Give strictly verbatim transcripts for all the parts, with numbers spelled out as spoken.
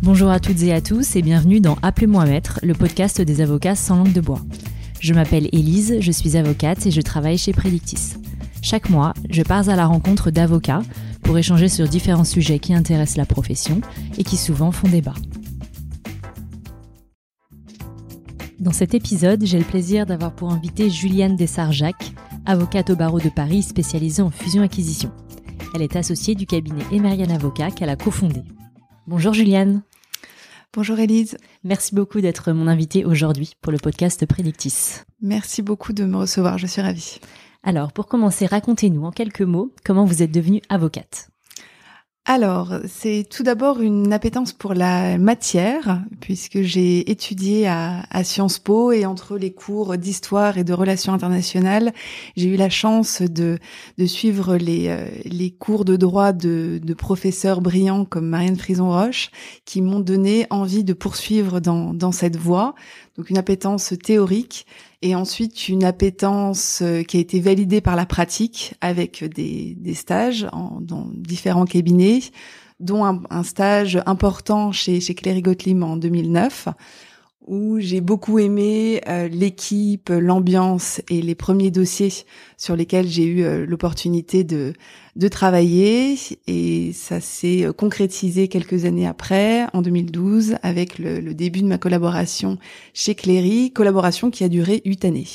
Bonjour à toutes et à tous et bienvenue dans Appelez-moi Maître, le podcast des avocats sans langue de bois. Je m'appelle Élise, je suis avocate et je travaille chez Predictis. Chaque mois, je pars à la rencontre d'avocats pour échanger sur différents sujets qui intéressent la profession et qui souvent font débat. Dans cet épisode, j'ai le plaisir d'avoir pour invitée Juliane Dessart-Jacques, avocate au barreau de Paris spécialisée en fusion-acquisition. Elle est associée du cabinet Emeryan Avocat qu'elle a cofondé. Bonjour Juliane. Bonjour Élise. Merci beaucoup d'être mon invitée aujourd'hui pour le podcast Predictis. Merci beaucoup de me recevoir, je suis ravie. Alors, pour commencer, racontez-nous en quelques mots comment vous êtes devenue avocate. Alors, c'est tout d'abord une appétence pour la matière, puisque j'ai étudié à, à Sciences Po et entre les cours d'histoire et de relations internationales, j'ai eu la chance de, de suivre les, euh, les cours de droit de, de professeurs brillants comme Marianne Frison-Roche, qui m'ont donné envie de poursuivre dans, dans cette voie. Donc une appétence théorique et ensuite une appétence qui a été validée par la pratique avec des, des stages en, dans différents cabinets, dont un, un stage important chez, chez Cléry Gottlieb en deux mille neuf, où j'ai beaucoup aimé euh, l'équipe, l'ambiance et les premiers dossiers sur lesquels j'ai eu euh, l'opportunité de, de travailler. Et ça s'est concrétisé quelques années après, en deux mille douze, avec le, le début de ma collaboration chez Cléry, collaboration qui a duré huit années.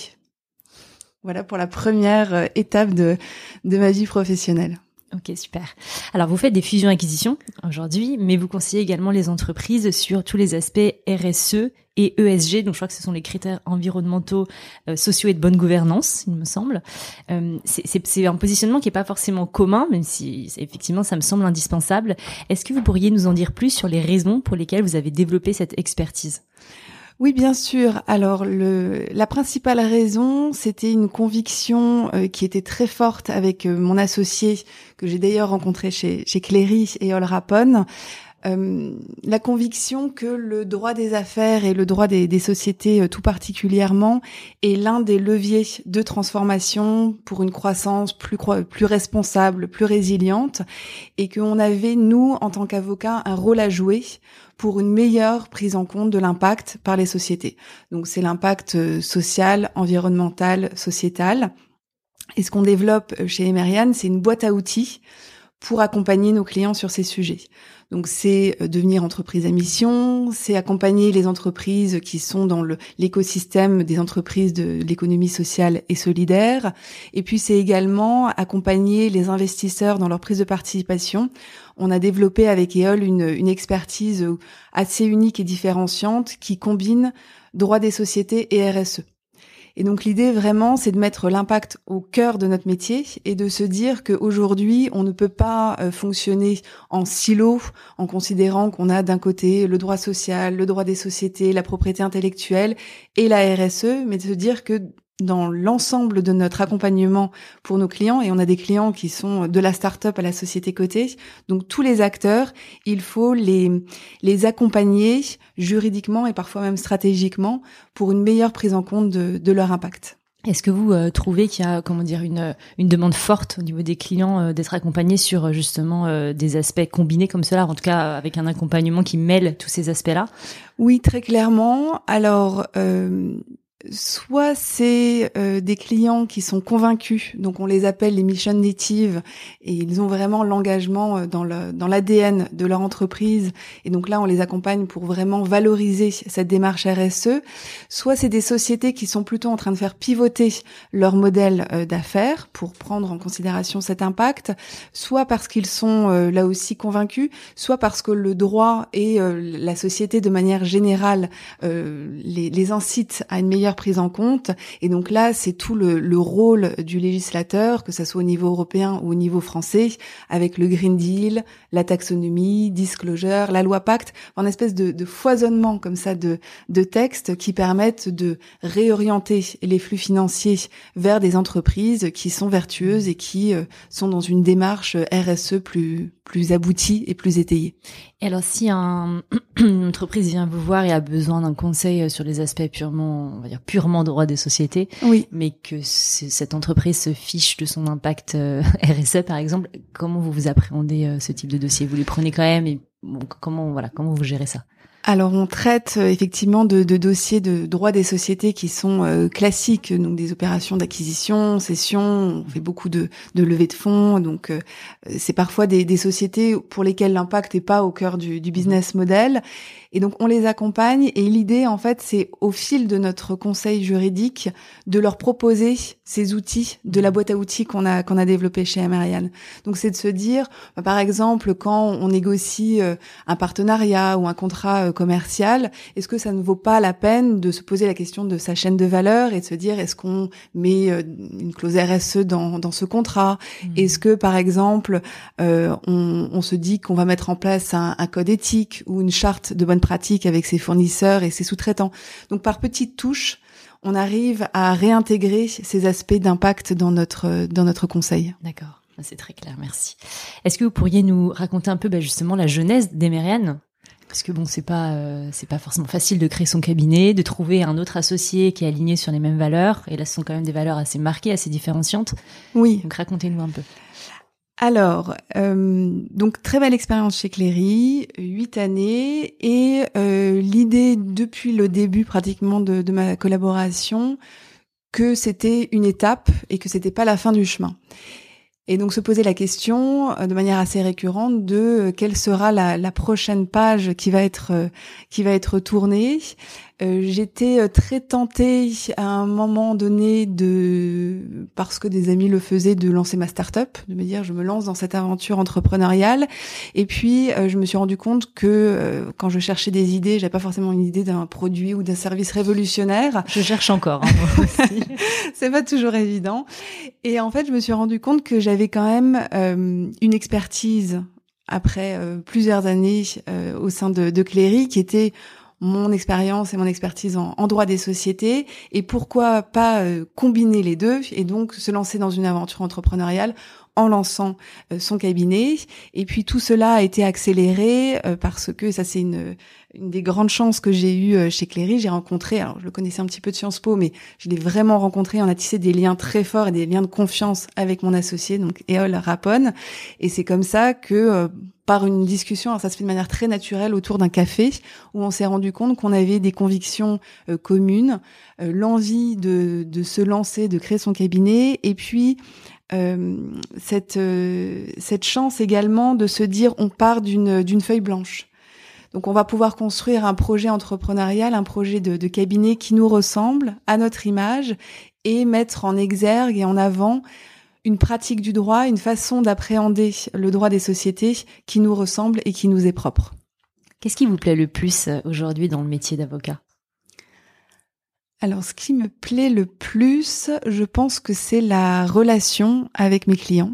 Voilà pour la première étape de, de ma vie professionnelle. Ok, super. Alors, vous faites des fusions-acquisitions aujourd'hui, mais vous conseillez également les entreprises sur tous les aspects R S E et E S G. Donc, je crois que ce sont les critères environnementaux, euh, sociaux et de bonne gouvernance, il me semble. Euh, c'est, c'est, c'est un positionnement qui est pas forcément commun, même si effectivement ça me semble indispensable. Est-ce que vous pourriez nous en dire plus sur les raisons pour lesquelles vous avez développé cette expertise ? Oui, bien sûr. Alors, le, la principale raison, c'était une conviction euh, qui était très forte avec euh, mon associé, que j'ai d'ailleurs rencontré chez, chez Cléry et Ol Rapone. Euh, la conviction que le droit des affaires et le droit des, des sociétés euh, tout particulièrement est l'un des leviers de transformation pour une croissance plus, plus responsable, plus résiliente, et qu'on avait, nous, en tant qu'avocats, un rôle à jouer pour une meilleure prise en compte de l'impact par les sociétés. Donc c'est l'impact social, environnemental, sociétal. Et ce qu'on développe chez Emeryan, c'est une boîte à outils pour accompagner nos clients sur ces sujets. Donc c'est devenir entreprise à mission, c'est accompagner les entreprises qui sont dans le, l'écosystème des entreprises de l'économie sociale et solidaire, et puis c'est également accompagner les investisseurs dans leur prise de participation. On a développé avec E O L une, une expertise assez unique et différenciante qui combine droit des sociétés et R S E. Et donc l'idée vraiment, c'est de mettre l'impact au cœur de notre métier et de se dire qu'aujourd'hui, on ne peut pas fonctionner en silo en considérant qu'on a d'un côté le droit social, le droit des sociétés, la propriété intellectuelle et la R S E, mais de se dire que dans l'ensemble de notre accompagnement pour nos clients, et on a des clients qui sont de la start-up à la société cotée, donc tous les acteurs, il faut les, les accompagner juridiquement et parfois même stratégiquement pour une meilleure prise en compte de, de leur impact. Est-ce que vous euh, trouvez qu'il y a, comment dire, une, une demande forte au niveau des clients euh, d'être accompagnés sur justement euh, des aspects combinés comme cela, en tout cas avec un accompagnement qui mêle tous ces aspects-là ? Oui, très clairement. Alors, euh, soit c'est euh, des clients qui sont convaincus, donc on les appelle les mission natives, et ils ont vraiment l'engagement dans le dans l'A D N de leur entreprise, et donc là on les accompagne pour vraiment valoriser cette démarche R S E. Soit c'est des sociétés qui sont plutôt en train de faire pivoter leur modèle euh, d'affaires pour prendre en considération cet impact, soit parce qu'ils sont euh, là aussi convaincus, soit parce que le droit et euh, la société de manière générale euh, les, les incitent à une meilleure prise en compte. Et donc là, c'est tout le, le rôle du législateur, que ça soit au niveau européen ou au niveau français, avec le Green Deal, la taxonomie, disclosure, la loi Pacte, en espèce de, de foisonnement comme ça de, de textes qui permettent de réorienter les flux financiers vers des entreprises qui sont vertueuses et qui euh, sont dans une démarche R S E plus plus aboutie et plus étayée. Et alors, si un, une entreprise vient vous voir et a besoin d'un conseil sur les aspects purement, on va dire, dire purement droit des sociétés, oui. mais que c- cette entreprise se fiche de son impact euh, R S E par exemple. Comment vous vous appréhendez euh, ce type de dossier? Vous les prenez quand même et bon, comment voilà comment vous gérez ça? Alors on traite euh, effectivement de, de dossiers de droit des sociétés qui sont euh, classiques, donc des opérations d'acquisition, cession, on fait beaucoup de, de levée de fonds, donc euh, c'est parfois des, des sociétés pour lesquelles l'impact n'est pas au cœur du, du business model. Et donc on les accompagne et l'idée en fait c'est au fil de notre conseil juridique de leur proposer ces outils de la boîte à outils qu'on a qu'on a développé chez Emeryan. Donc c'est de se dire bah, par exemple quand on négocie euh, un partenariat ou un contrat euh, commercial, est-ce que ça ne vaut pas la peine de se poser la question de sa chaîne de valeur et de se dire est-ce qu'on met euh, une clause R S E dans dans ce contrat? Mmh. Est-ce que par exemple euh, on, on se dit qu'on va mettre en place un, un code éthique ou une charte de bonne pratique avec ses fournisseurs et ses sous-traitants. Donc par petites touches, on arrive à réintégrer ces aspects d'impact dans notre dans notre conseil. D'accord, c'est très clair, merci. Est-ce que vous pourriez nous raconter un peu bah, justement la genèse d'Emeryan? Parce que bon, c'est pas euh, c'est pas forcément facile de créer son cabinet, de trouver un autre associé qui est aligné sur les mêmes valeurs. Et là, ce sont quand même des valeurs assez marquées, assez différenciantes. Oui. Donc racontez-nous un peu. Alors, euh, donc très belle expérience chez Cléry, huit années, et euh, l'idée depuis le début pratiquement de, de ma collaboration que c'était une étape et que c'était pas la fin du chemin. Et donc se poser la question euh, de manière assez récurrente de euh, quelle sera la, la prochaine page qui va être euh, qui va être tournée. Euh, j'étais très tentée à un moment donné de, parce que des amis le faisaient, de lancer ma start-up, de me dire je me lance dans cette aventure entrepreneuriale. Et puis euh, je me suis rendu compte que euh, quand je cherchais des idées, j'avais pas forcément une idée d'un produit ou d'un service révolutionnaire. Je cherche encore. Hein, moi aussi. C'est pas toujours évident. Et en fait, je me suis rendu compte que j'avais quand même euh, une expertise après euh, plusieurs années euh, au sein de, de Cléry qui était mon expérience et mon expertise en, en droit des sociétés, et pourquoi pas euh, combiner les deux et donc se lancer dans une aventure entrepreneuriale en lançant euh, son cabinet. Et puis tout cela a été accéléré euh, parce que ça c'est une une des grandes chances que j'ai eues euh, chez Cléry. J'ai rencontré, alors je le connaissais un petit peu de Sciences Po, mais je l'ai vraiment rencontré. On a tissé des liens très forts et des liens de confiance avec mon associé, donc Éole Rapone. Et c'est comme ça que euh, par une discussion, alors ça se fait de manière très naturelle autour d'un café, où on s'est rendu compte qu'on avait des convictions euh, communes, euh, l'envie de de se lancer, de créer son cabinet, et puis Euh, cette euh, cette chance également de se dire on part d'une d'une feuille blanche. Donc on va pouvoir construire un projet entrepreneurial, un projet de, de cabinet qui nous ressemble, à notre image, et mettre en exergue et en avant une pratique du droit, une façon d'appréhender le droit des sociétés qui nous ressemble et qui nous est propre. Qu'est-ce qui vous plaît le plus aujourd'hui dans le métier d'avocat ? Alors, ce qui me plaît le plus, je pense que c'est la relation avec mes clients.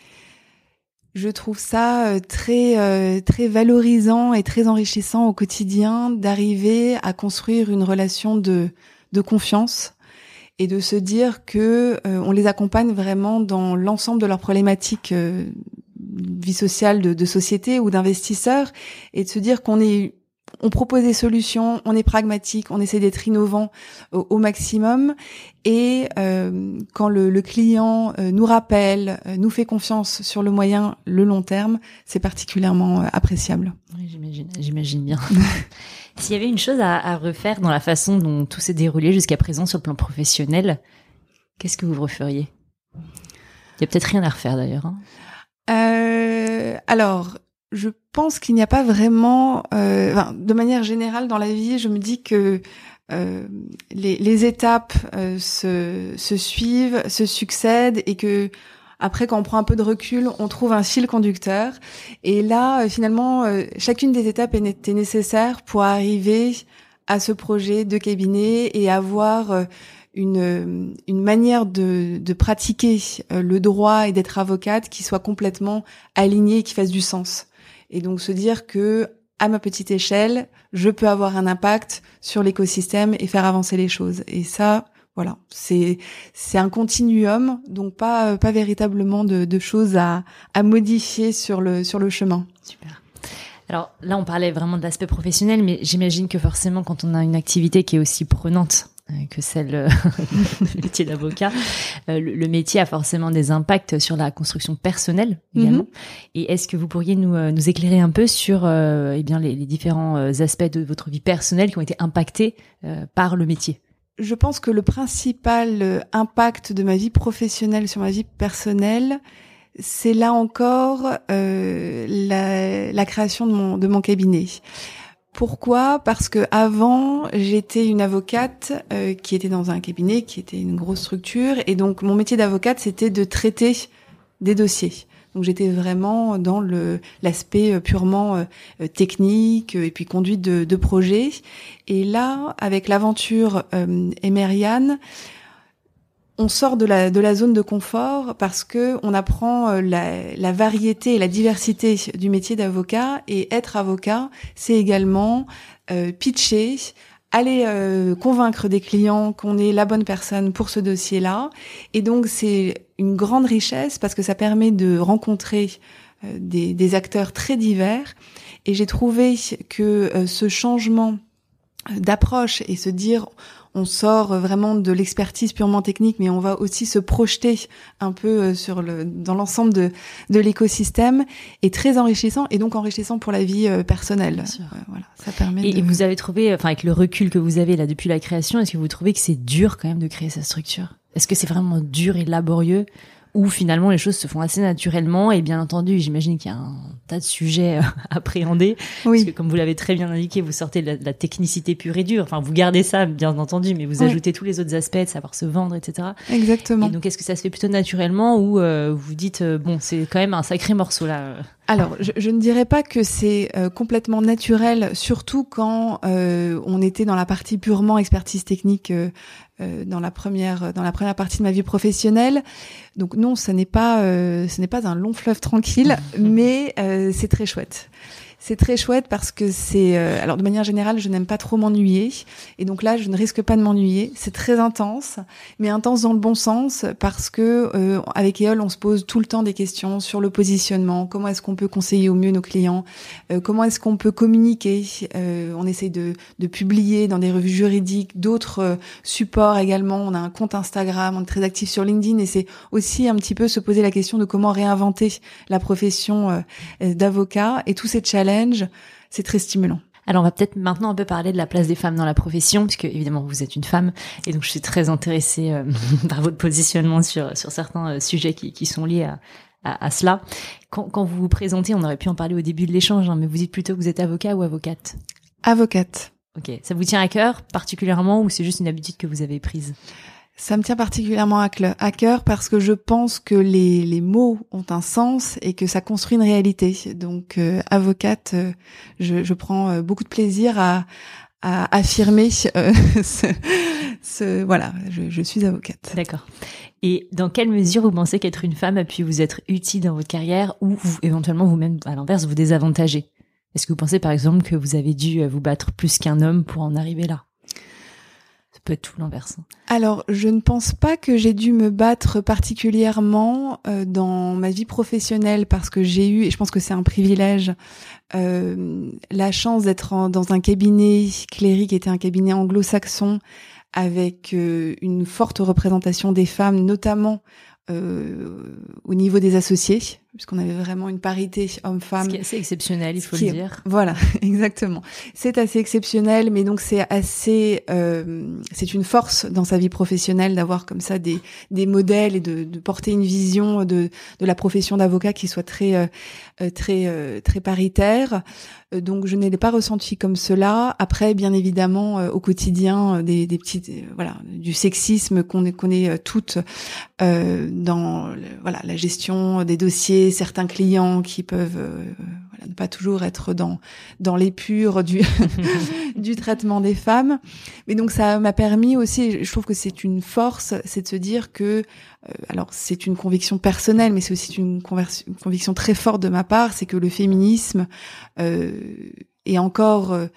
Je trouve ça très euh, très valorisant et très enrichissant au quotidien d'arriver à construire une relation de de confiance et de se dire que euh, on les accompagne vraiment dans l'ensemble de leurs problématiques euh, vie sociale, de, de société ou d'investisseurs, et de se dire qu'on est on propose des solutions, on est pragmatique, on essaie d'être innovant au, au maximum. Et euh, quand le, le client euh, nous rappelle, euh, nous fait confiance sur le moyen, le long terme, c'est particulièrement euh, appréciable. Oui, j'imagine, j'imagine bien. S'il y avait une chose à, à refaire dans la façon dont tout s'est déroulé jusqu'à présent sur le plan professionnel, qu'est-ce que vous referiez ? Il y a peut-être rien à refaire d'ailleurs. Hein. Euh, alors... Je pense qu'il n'y a pas vraiment, euh, enfin, de manière générale dans la vie, je me dis que euh, les, les étapes euh, se, se suivent, se succèdent, et que après, quand on prend un peu de recul, on trouve un fil conducteur. Et là, euh, finalement, euh, chacune des étapes était nécessaire pour arriver à ce projet de cabinet et avoir euh, une une manière de de pratiquer euh, le droit et d'être avocate qui soit complètement alignée et qui fasse du sens. Et donc se dire que, à ma petite échelle, je peux avoir un impact sur l'écosystème et faire avancer les choses. Et ça, voilà, c'est c'est un continuum, donc pas pas véritablement de, de choses à à modifier sur le sur le chemin. Super. Alors là, on parlait vraiment de l'aspect professionnel, mais j'imagine que forcément, quand on a une activité qui est aussi prenante que celle euh, du métier d'avocat. Euh, le, le métier a forcément des impacts sur la construction personnelle également. Mm-hmm. Et est-ce que vous pourriez nous, euh, nous éclairer un peu sur euh, eh bien les, les différents aspects de votre vie personnelle qui ont été impactés euh, par le métier? Je pense que le principal impact de ma vie professionnelle sur ma vie personnelle, c'est là encore euh, la, la création de mon, de mon cabinet. Pourquoi ? Parce que avant, j'étais une avocate euh, qui était dans un cabinet, qui était une grosse structure, et donc mon métier d'avocate, c'était de traiter des dossiers. Donc j'étais vraiment dans le l'aspect purement euh, technique et puis conduite de, de projet. Et là, avec l'aventure euh, Emeryan, on sort de la de la zone de confort parce que on apprend la, la variété et la diversité du métier d'avocat. Et être avocat, c'est également euh, pitcher, aller euh, convaincre des clients qu'on est la bonne personne pour ce dossier-là. Et donc c'est une grande richesse parce que ça permet de rencontrer euh, des, des acteurs très divers. Et j'ai trouvé que euh, ce changement d'approche et se dire on sort vraiment de l'expertise purement technique, mais on va aussi se projeter un peu sur le dans l'ensemble de de l'écosystème, est très enrichissant et donc enrichissant pour la vie personnelle. Euh, voilà, ça permet. Et, de... et vous avez trouvé, enfin avec le recul que vous avez là depuis la création, est-ce que vous trouvez que c'est dur quand même de créer sa structure ? Est-ce que c'est vraiment dur et laborieux ? Où finalement les choses se font assez naturellement et bien entendu, j'imagine qu'il y a un tas de sujets à appréhender. Oui. Parce que comme vous l'avez très bien indiqué, vous sortez de la, de la technicité pure et dure. Enfin, vous gardez ça, bien entendu, mais vous oui. ajoutez tous les autres aspects, de savoir se vendre, et cetera. Exactement. Et donc, est-ce que ça se fait plutôt naturellement ou euh, vous dites, euh, bon, c'est quand même un sacré morceau là. Alors, je, je ne dirais pas que c'est euh, complètement naturel, surtout quand euh, on était dans la partie purement expertise technique euh, euh, dans la première dans la première partie de ma vie professionnelle. Donc non, ce n'est pas euh, ce n'est pas un long fleuve tranquille, mais euh, c'est très chouette. C'est très chouette parce que c'est... Euh, alors, de manière générale, je n'aime pas trop m'ennuyer. Et donc là, je ne risque pas de m'ennuyer. C'est très intense, mais intense dans le bon sens parce que euh, avec Eole, on se pose tout le temps des questions sur le positionnement. Comment est-ce qu'on peut conseiller au mieux nos clients ? euh, Comment est-ce qu'on peut communiquer ? euh, On essaye de, de publier dans des revues juridiques, d'autres euh, supports également. On a un compte Instagram, on est très actif sur LinkedIn. Et c'est aussi un petit peu se poser la question de comment réinventer la profession euh, d'avocat. Et tous ces challenges, c'est très stimulant. Alors, on va peut-être maintenant un peu parler de la place des femmes dans la profession, puisque évidemment vous êtes une femme, et donc je suis très intéressée euh, par votre positionnement sur sur certains euh, sujets qui qui sont liés à à, à cela. Quand, quand vous vous présentez, on aurait pu en parler au début de l'échange, hein, mais vous dites plutôt que vous êtes avocat ou avocate ? Avocate. Ok, ça vous tient à cœur particulièrement, ou c'est juste une habitude que vous avez prise ? Ça me tient particulièrement à cœur parce que je pense que les, les mots ont un sens et que ça construit une réalité. Donc, euh, avocate, euh, je, je prends euh, beaucoup de plaisir à, à affirmer euh, ce, ce... Voilà, je, je suis avocate. D'accord. Et dans quelle mesure vous pensez qu'être une femme a pu vous être utile dans votre carrière ou vous, éventuellement vous-même, à l'inverse, vous désavantager ? Est-ce que vous pensez, par exemple, que vous avez dû vous battre plus qu'un homme pour en arriver là ? Ça peut être tout l'inverse. Alors, je ne pense pas que j'ai dû me battre particulièrement euh, dans ma vie professionnelle parce que j'ai eu, et je pense que c'est un privilège, euh, la chance d'être en, dans un cabinet, Cléry, qui était un cabinet anglo-saxon, avec euh, une forte représentation des femmes, notamment euh, au niveau des associés, puisqu'on avait vraiment une parité homme-femme. Ce qui est assez exceptionnel, il faut le dire. Voilà, exactement. C'est assez exceptionnel, mais donc c'est assez, euh, c'est une force dans sa vie professionnelle d'avoir comme ça des des modèles et de, de porter une vision de de la profession d'avocat qui soit très euh, très euh, très paritaire. Donc je ne l'ai pas ressenti comme cela. Après, bien évidemment, euh, au quotidien, des des petites, euh, voilà, du sexisme qu'on connaît euh, toutes euh, dans le, voilà la gestion des dossiers. Certains clients qui peuvent euh, voilà, ne pas toujours être dans dans l'épure du du traitement des femmes, mais donc ça m'a permis aussi, je trouve que c'est une force, c'est de se dire que euh, alors c'est une conviction personnelle, mais c'est aussi une, conversion, une conviction très forte de ma part, c'est que le féminisme euh, est encore euh,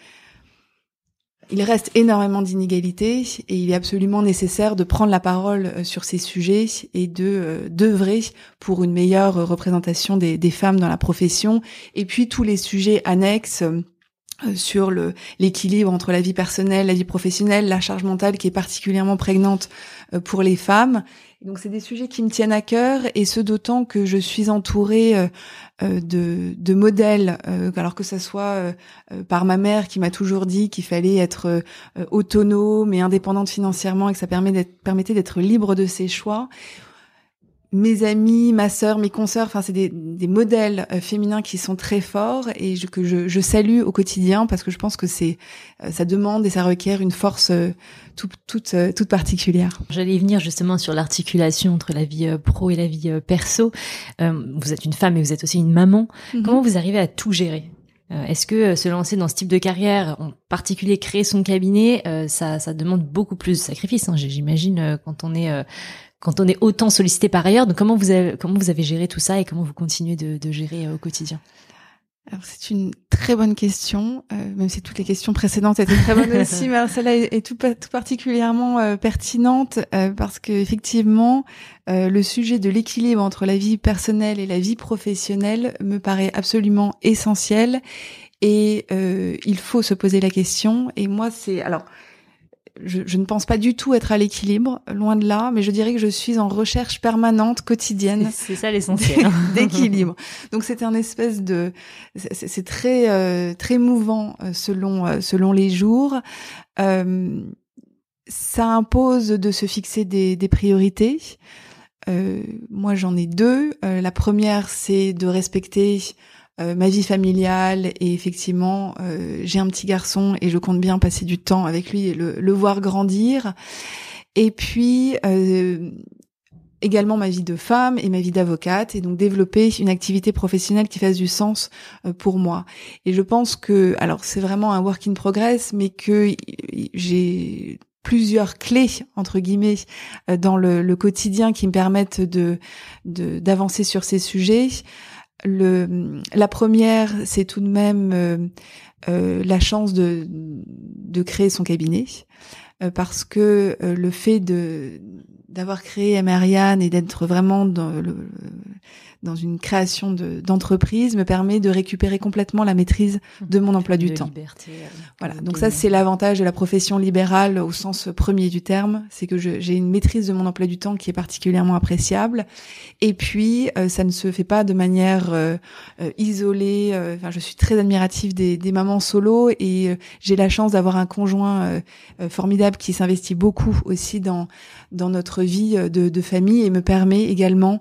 il reste énormément d'inégalités et il est absolument nécessaire de prendre la parole sur ces sujets et de euh, d'œuvrer pour une meilleure représentation des, des femmes dans la profession. Et puis tous les sujets annexes, euh, sur le l'équilibre entre la vie personnelle, la vie professionnelle, la charge mentale qui est particulièrement prégnante euh, pour les femmes. Donc c'est des sujets qui me tiennent à cœur, et ce d'autant que je suis entourée euh, euh, de, de modèles, euh, alors que ça soit euh, euh, par ma mère qui m'a toujours dit qu'il fallait être euh, autonome et indépendante financièrement, et que ça permet d'être, permettait d'être libre de ses choix. Mes amis, ma sœur, mes consoeurs, enfin c'est des, des modèles euh, féminins qui sont très forts, et je, que je, je salue au quotidien, parce que je pense que c'est euh, ça demande et ça requiert une force euh, toute toute euh, toute particulière. J'allais y venir justement sur l'articulation entre la vie euh, pro et la vie euh, perso. Euh, vous êtes une femme et vous êtes aussi une maman. Mm-hmm. Comment vous arrivez à tout gérer ? euh, Est-ce que euh, se lancer dans ce type de carrière, en particulier créer son cabinet, euh, ça ça demande beaucoup plus de sacrifices, hein, j'imagine, euh, quand on est euh, quand on est autant sollicité par ailleurs. Donc comment vous avez, comment vous avez géré tout ça, et comment vous continuez de, de gérer euh, au quotidien ? Alors c'est une très bonne question, euh, même si toutes les questions précédentes étaient très bonnes aussi, mais alors celle-là est, est tout, tout particulièrement euh, pertinente euh, parce que effectivement euh, le sujet de l'équilibre entre la vie personnelle et la vie professionnelle me paraît absolument essentiel, et euh, il faut se poser la question. Et moi c'est alors Je, je ne pense pas du tout être à l'équilibre, loin de là, mais je dirais que je suis en recherche permanente, quotidienne. C'est ça l'essentiel. D'équilibre. Donc c'est un espèce de, c'est, c'est très euh, très mouvant selon euh, selon les jours. Euh, ça impose de se fixer des, des priorités. Euh, moi j'en ai deux. Euh, la première, c'est de respecter Euh, ma vie familiale, et effectivement euh, j'ai un petit garçon et je compte bien passer du temps avec lui et le, le voir grandir. Et puis euh, également ma vie de femme et ma vie d'avocate, et donc développer une activité professionnelle qui fasse du sens euh, pour moi. Et je pense que, alors c'est vraiment un work in progress, mais que j'ai plusieurs clés entre guillemets dans le, le quotidien qui me permettent de, de d'avancer sur ces sujets. Le, la première, c'est tout de même euh, euh, la chance de, de créer son cabinet, euh, parce que euh, le fait de d'avoir créé Emeryane et d'être vraiment dans, le, dans une création de, d'entreprise me permet de récupérer complètement la maîtrise de mon emploi du de temps. Liberté, euh, voilà, donc ça c'est l'avantage de la profession libérale au sens premier du terme, c'est que je, j'ai une maîtrise de mon emploi du temps qui est particulièrement appréciable. Et puis euh, ça ne se fait pas de manière euh, euh, isolée. Euh, enfin, je suis très admirative des, des mamans solo, et euh, j'ai la chance d'avoir un conjoint euh, euh, formidable qui s'investit beaucoup aussi dans dans notre vie de, de famille, et me permet également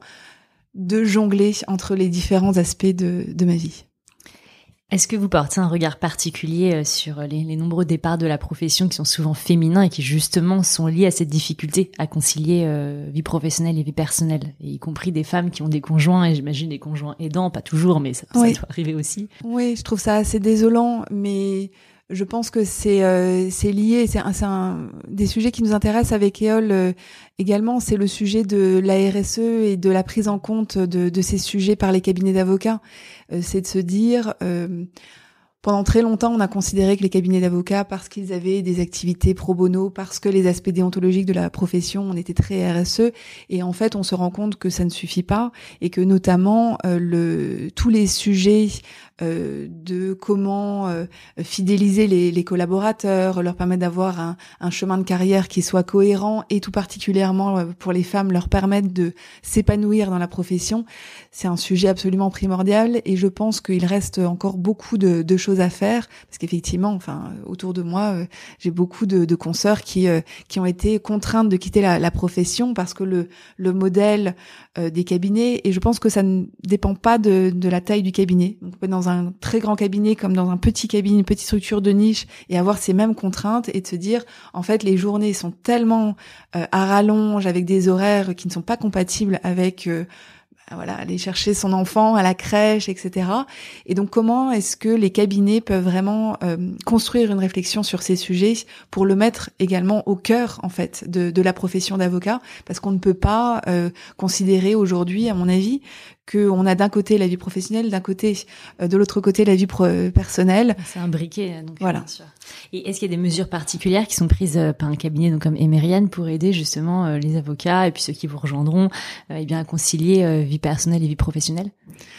de jongler entre les différents aspects de, de ma vie. Est-ce que vous portez un regard particulier sur les, les nombreux départs de la profession qui sont souvent féminins et qui justement sont liés à cette difficulté à concilier euh, vie professionnelle et vie personnelle, et y compris des femmes qui ont des conjoints, et j'imagine des conjoints aidants, pas toujours, mais ça, oui. ça doit arriver aussi. Oui, je trouve ça assez désolant, mais je pense que c'est euh, c'est lié, c'est un, c'est un des sujets qui nous intéressent avec Éole euh, également, c'est le sujet de la R S E et de la prise en compte de, de ces sujets par les cabinets d'avocats. Euh, c'est de se dire, euh, pendant très longtemps, on a considéré que les cabinets d'avocats, parce qu'ils avaient des activités pro bono, parce que les aspects déontologiques de la profession, on était très R S E, et en fait, on se rend compte que ça ne suffit pas, et que notamment euh, le tous les sujets Euh, de comment euh, fidéliser les, les collaborateurs, leur permettre d'avoir un, un chemin de carrière qui soit cohérent, et tout particulièrement euh, pour les femmes, leur permettre de s'épanouir dans la profession. C'est un sujet absolument primordial, et je pense qu'il reste encore beaucoup de, de choses à faire, parce qu'effectivement, enfin, autour de moi, euh, j'ai beaucoup de, de consoeurs qui euh, qui ont été contraintes de quitter la, la profession parce que le le modèle euh, des cabinets, et je pense que ça ne dépend pas de de la taille du cabinet. Donc, on peut être dans un très grand cabinet comme dans un petit cabinet, une petite structure de niche, et avoir ces mêmes contraintes, et de se dire, en fait, les journées sont tellement euh, à rallonge, avec des horaires qui ne sont pas compatibles avec euh, voilà, aller chercher son enfant à la crèche, et cetera. Et donc, comment est-ce que les cabinets peuvent vraiment euh, construire une réflexion sur ces sujets pour le mettre également au cœur, en fait, de, de la profession d'avocat, parce qu'on ne peut pas euh, considérer aujourd'hui, à mon avis, qu'on a d'un côté la vie professionnelle, d'un côté, euh, de l'autre côté, la vie pro- personnelle. C'est un briquet, donc. Voilà. Bien sûr. Et est-ce qu'il y a des mesures particulières qui sont prises euh, par un cabinet donc comme Emeryane pour aider justement euh, les avocats et puis ceux qui vous rejoindront, euh, eh bien à concilier euh, vie personnelle et vie professionnelle ?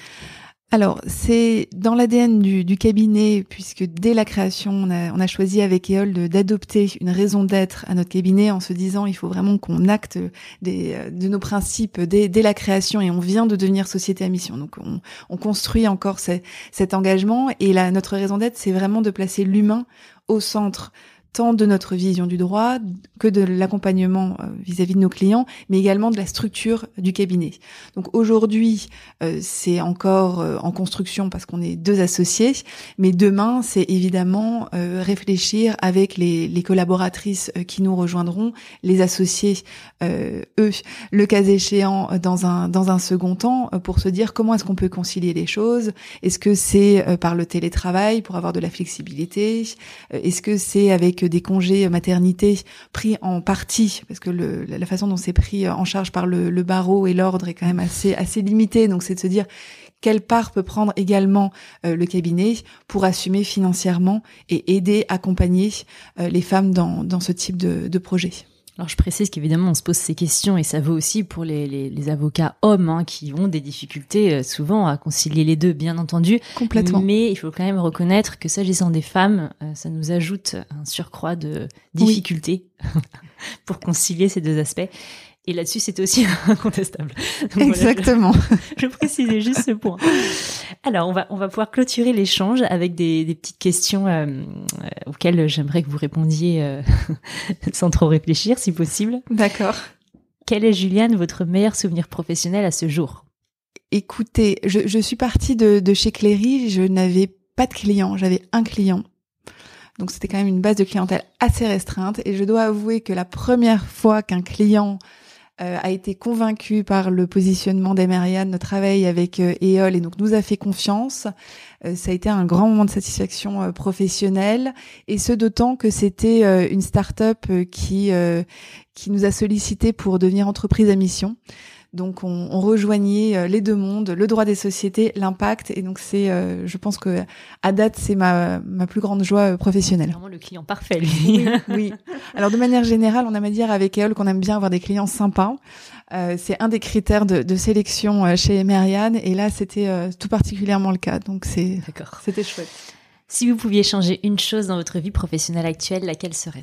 Alors, c'est dans l'A D N du, du cabinet, puisque dès la création, on a, on a choisi avec Éole de, d'adopter une raison d'être à notre cabinet en se disant il faut vraiment qu'on acte des, de nos principes dès, dès la création, et on vient de devenir société à mission. Donc, on, on construit encore ces, cet engagement, et là, notre raison d'être, c'est vraiment de placer l'humain au centre, tant de notre vision du droit que de l'accompagnement vis-à-vis de nos clients, mais également de la structure du cabinet. Donc aujourd'hui, euh, c'est encore euh, en construction parce qu'on est deux associés, mais demain, c'est évidemment euh, réfléchir avec les, les collaboratrices euh, qui nous rejoindront, les associés, euh, eux, le cas échéant, dans un dans un second temps, euh, pour se dire comment est-ce qu'on peut concilier les choses. Est-ce que c'est euh, par le télétravail pour avoir de la flexibilité? euh, Est-ce que c'est avec des congés maternité pris en partie, parce que le, la façon dont c'est pris en charge par le, le barreau et l'ordre est quand même assez assez limitée. Donc c'est de se dire quelle part peut prendre également euh, le cabinet pour assumer financièrement et aider, accompagner euh, les femmes dans dans ce type de, de projet. Alors je précise qu'évidemment on se pose ces questions, et ça vaut aussi pour les, les, les avocats hommes hein, qui ont des difficultés euh, souvent à concilier les deux, bien entendu. Complètement. Mais il faut quand même reconnaître que s'agissant des femmes, euh, ça nous ajoute un surcroît de difficultés oui. pour concilier ces deux aspects. Et là-dessus, c'était aussi incontestable. Donc exactement. Voilà, je, je précisais juste ce point. Alors, on va on va pouvoir clôturer l'échange avec des, des petites questions euh, euh, auxquelles j'aimerais que vous répondiez euh, sans trop réfléchir, si possible. D'accord. Quel est, Juliane, votre meilleur souvenir professionnel à ce jour? Écoutez, je, je suis partie de, de chez Cléry, je n'avais pas de client, j'avais un client. Donc c'était quand même une base de clientèle assez restreinte, et je dois avouer que la première fois qu'un client euh, a été convaincu par le positionnement d'Emeryan, notre travail avec euh, Éole, et donc nous a fait confiance, euh, ça a été un grand moment de satisfaction euh, professionnelle, et ce d'autant que c'était euh, une start-up euh, qui euh, qui nous a sollicité pour devenir entreprise à mission. Donc on, on rejoignait les deux mondes, le droit des sociétés, l'impact, et donc c'est, euh, je pense que à date c'est ma ma plus grande joie professionnelle. Vraiment le client parfait, lui. Oui, oui. Alors de manière générale, on aime à dire avec Éole qu'on aime bien avoir des clients sympas. Euh, c'est un des critères de, de sélection chez Emeryan, et là c'était euh, tout particulièrement le cas. Donc c'est, D'accord. C'était chouette. Si vous pouviez changer une chose dans votre vie professionnelle actuelle, laquelle serait-ce ?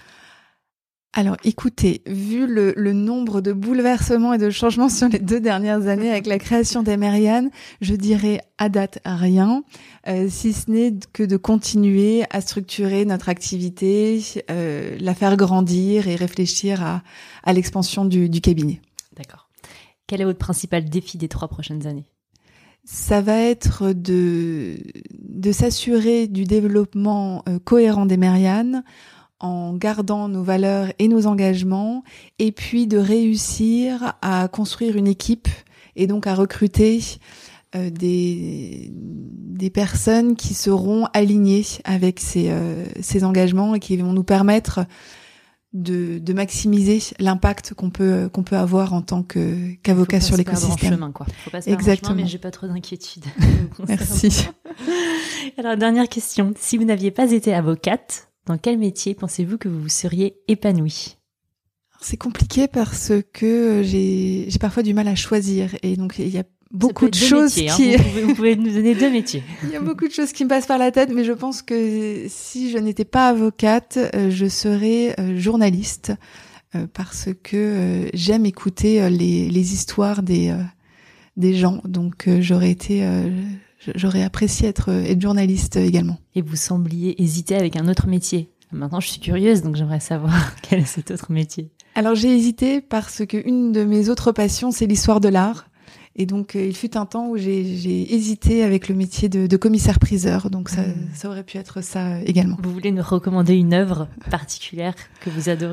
Alors, écoutez, vu le, le nombre de bouleversements et de changements sur les deux dernières années avec la création d'Emeryan, je dirais à date rien, euh, si ce n'est que de continuer à structurer notre activité, euh, la faire grandir et réfléchir à, à l'expansion du, du cabinet. D'accord. Quel est votre principal défi des trois prochaines années ? Ça va être de, de s'assurer du développement euh, cohérent d'Emeryan, en gardant nos valeurs et nos engagements, et puis de réussir à construire une équipe et donc à recruter euh, des des personnes qui seront alignées avec ces euh, ces engagements et qui vont nous permettre de de maximiser l'impact qu'on peut qu'on peut avoir en tant que qu'avocat sur l'écosystème. Chemin, quoi. Faut pas se perdre Exactement. en chemin, mais j'ai pas trop d'inquiétude. Merci. Alors dernière question, si vous n'aviez pas été avocate, dans quel métier pensez-vous que vous vous seriez épanouie ? C'est compliqué parce que j'ai j'ai parfois du mal à choisir, et donc il y a beaucoup de choses métiers, qui hein. vous, pouvez, vous pouvez nous donner deux métiers. Il y a beaucoup de choses qui me passent par la tête, mais je pense que si je n'étais pas avocate, je serais journaliste, parce que j'aime écouter les les histoires des des gens, donc j'aurais été J'aurais apprécié être, être journaliste également. Et vous sembliez hésiter avec un autre métier. Maintenant, je suis curieuse, donc j'aimerais savoir quel est cet autre métier. Alors, j'ai hésité parce que une de mes autres passions, c'est l'histoire de l'art. Et donc, il fut un temps où j'ai, j'ai hésité avec le métier de, de commissaire-priseur. Donc, ça, mmh. ça aurait pu être ça également. Vous voulez nous recommander une œuvre particulière que vous adorez ?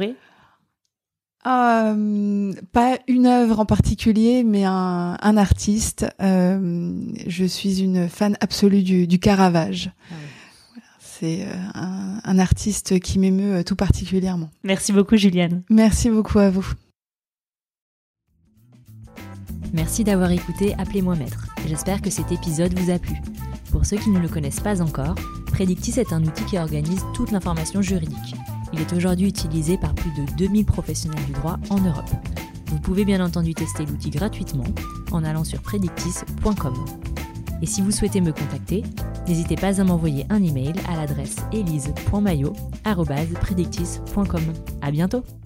Euh, pas une œuvre en particulier, mais un, un artiste. Euh, je suis une fan absolue du, du Caravage. Ah oui. Voilà, c'est un, un artiste qui m'émeut tout particulièrement. Merci beaucoup, Juliane. Merci beaucoup à vous. Merci d'avoir écouté Appelez-moi Maître. J'espère que cet épisode vous a plu. Pour ceux qui ne le connaissent pas encore, Predictis est un outil qui organise toute l'information juridique. Il est aujourd'hui utilisé par plus de deux mille professionnels du droit en Europe. Vous pouvez bien entendu tester l'outil gratuitement en allant sur predictis point com. Et si vous souhaitez me contacter, n'hésitez pas à m'envoyer un email à l'adresse elise point maillot arobase predictis point com. À bientôt!